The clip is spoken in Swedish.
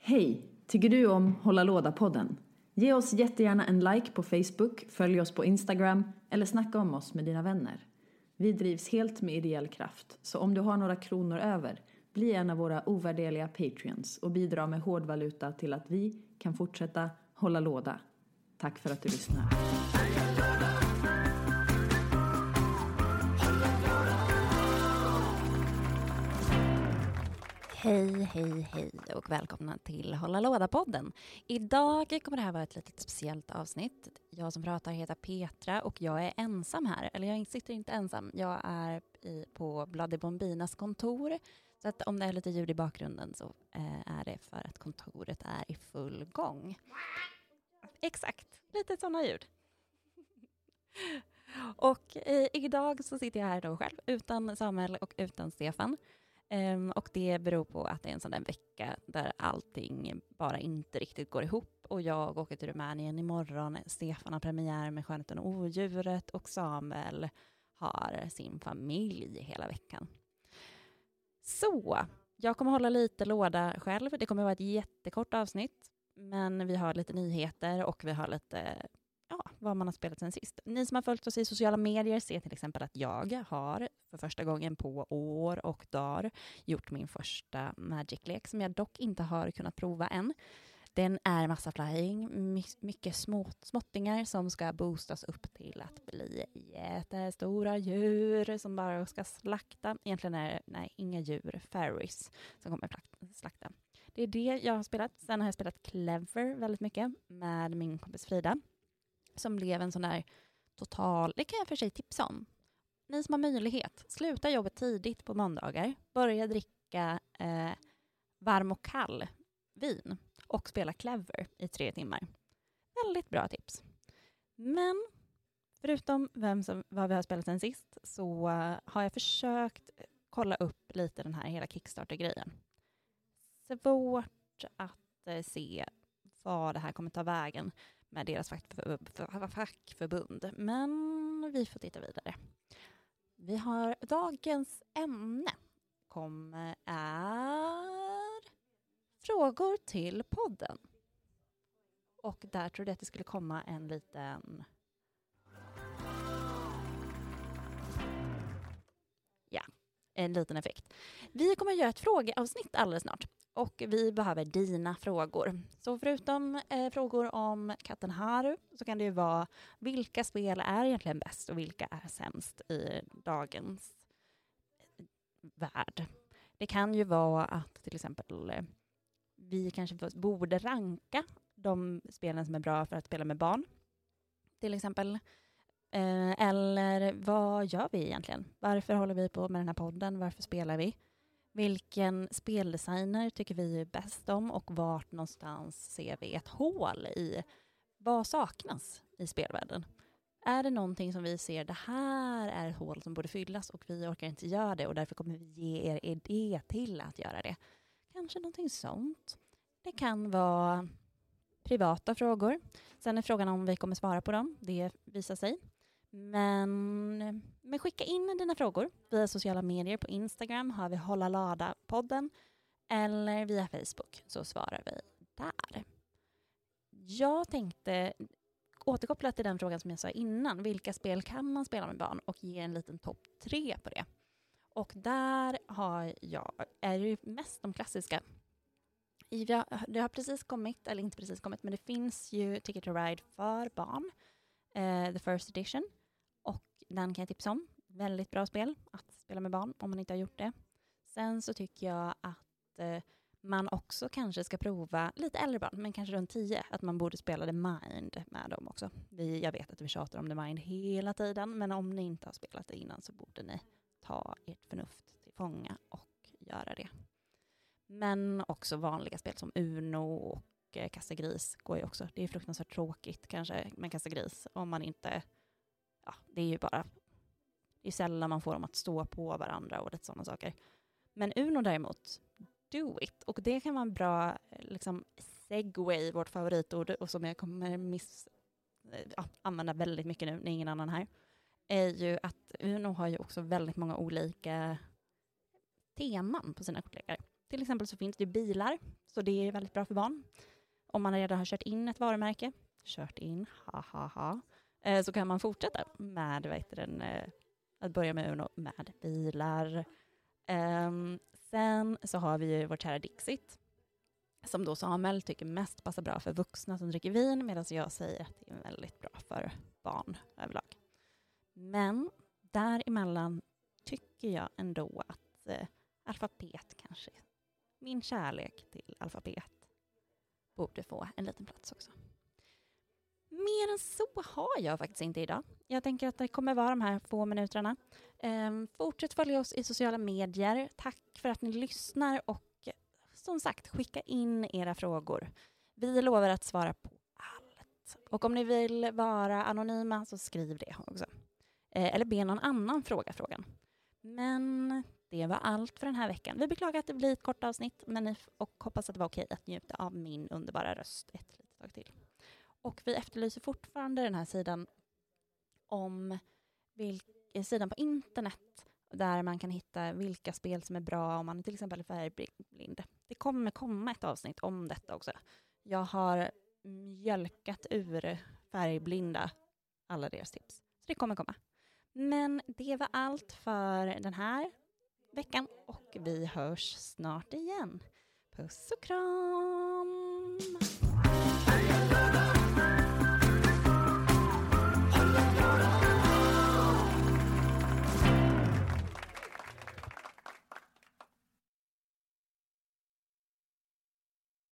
Hej! Tycker du om Hålla Låda-podden? Ge oss jättegärna en like på Facebook, följ oss på Instagram eller snacka om oss med dina vänner. Vi drivs helt med ideell kraft, så om du har några kronor över, bli en av våra ovärderliga Patreons och bidra med hårdvaluta till att vi kan fortsätta hålla låda. Tack för att du lyssnar. Hej och välkomna till Hålla Låda-podden. Idag kommer det här vara ett litet speciellt avsnitt. Jag som pratar heter Petra och jag är ensam här. Eller jag sitter inte ensam. Jag är på Bloody Bombinas kontor. Så att om det är lite ljud i bakgrunden så är det för att kontoret är i full gång. Exakt, lite sådana ljud. Och idag så sitter jag här då själv utan Samuel och utan Stefan. Och det beror på att det är en sån där vecka där allting bara inte riktigt går ihop. Och jag åker till Rumänien imorgon. Stefan har premiär med Skönheten och odjuret. Och Samuel har sin familj hela veckan. Så, jag kommer hålla lite låda själv. Det kommer vara ett jättekort avsnitt. Men vi har lite nyheter och vi har lite... vad man har spelat sen sist. Ni som har följt oss i sociala medier ser till exempel att jag har för första gången på år och dagar gjort min första Magic-lek som jag dock inte har kunnat prova än. Den är massa flying, mycket småttingar som ska boostas upp till att bli jättestora djur som bara ska slakta. Egentligen är det inga djur, fairies som kommer slakta. Det är det jag har spelat. Sen har jag spelat Clever väldigt mycket med min kompis Frida. Som blev en sån där total... Det kan jag för sig tipsa om. Ni som har möjlighet. Sluta jobbet tidigt på måndagar. Börja dricka varm och kall vin. Och spela Clever i 3 timmar. Väldigt bra tips. Men förutom vad vi har spelat sen sist. Så har jag försökt kolla upp lite den här hela Kickstarter-grejen. Svårt att se vad det här kommer ta vägen med deras fackförbund. Men vi får titta vidare. Vi har dagens ämne är frågor till podden. Och där trodde jag att det skulle komma en liten... en liten effekt. Vi kommer att göra ett frågeavsnitt alldeles snart. Och vi behöver dina frågor. Så förutom frågor om katten Haru så kan det ju vara vilka spel är egentligen bäst och vilka är sämst i dagens värld. Det kan ju vara att till exempel vi kanske borde ranka de spelen som är bra för att spela med barn. Till exempel. Eller vad gör vi egentligen? Varför håller vi på med den här podden? Varför spelar vi? Vilken speldesigner tycker vi är bäst om och vart någonstans ser vi ett hål i? Vad saknas i spelvärlden? Är det någonting som vi ser, det här är ett hål som borde fyllas och vi orkar inte göra det och därför kommer vi ge er idé till att göra det? Kanske någonting sånt. Det kan vara privata frågor. Sen är frågan om vi kommer svara på dem. Det visar sig. Men skicka in dina frågor via sociala medier. På Instagram har vi Hålla Låda-podden eller via Facebook så svarar vi där. Jag tänkte återkoppla till den frågan som jag sa innan. Vilka spel kan man spela med barn och ge en liten topp 3 på det. Och där är det ju mest de klassiska. Det har precis kommit, eller inte precis kommit, men det finns ju Ticket to Ride för barn. The First Edition. Och den kan jag tipsa om. Väldigt bra spel att spela med barn om man inte har gjort det. Sen så tycker jag att man också kanske ska prova lite äldre barn, men kanske runt 10, att man borde spela The Mind med dem också. Jag vet att vi tjatar om The Mind hela tiden, men om ni inte har spelat det innan så borde ni ta ert förnuft till fånga och göra det. Men också vanliga spel som Uno och Kasta gris går ju också. Det är fruktansvärt tråkigt kanske med Kasta gris om man inte... det är ju bara... Det är sällan man får dem att stå på varandra och lite sådana saker. Men Uno däremot, do it. Och det kan vara en bra segway, vårt favoritord, och som jag kommer använda väldigt mycket nu när ingen annan här, är ju att Uno har ju också väldigt många olika teman på sina kortlekar. Till exempel så finns det ju bilar, så det är väldigt bra för barn. Om man redan har kört in ett varumärke, så kan man fortsätta med att börja med Uno med bilar. Sen så har vi ju vårt kära Dixit, som då Samuel tycker mest passar bra för vuxna som dricker vin, medan jag säger att det är väldigt bra för barn överlag. Men däremellan tycker jag ändå att alfabet kanske, min kärlek till alfabet, borde få en liten plats också. Mer än så har jag faktiskt inte idag. Jag tänker att det kommer vara de här få minuterna. Fortsätt följa oss i sociala medier. Tack för att ni lyssnar och som sagt, skicka in era frågor. Vi lovar att svara på allt. Och om ni vill vara anonyma så skriv det också. Eller be någon annan fråga frågan. Men det var allt för den här veckan. Vi beklagar att det blir ett kort avsnitt och hoppas att det var okej att njuta av min underbara röst ett litet tag till. Och vi efterlyser fortfarande den här sidan sidan på internet där man kan hitta vilka spel som är bra om man till exempel är färgblind. Det kommer komma ett avsnitt om detta också. Jag har mjölkat ur färgblinda alla deras tips. Så det kommer komma. Men det var allt för den här veckan och vi hörs snart igen. Puss och kram!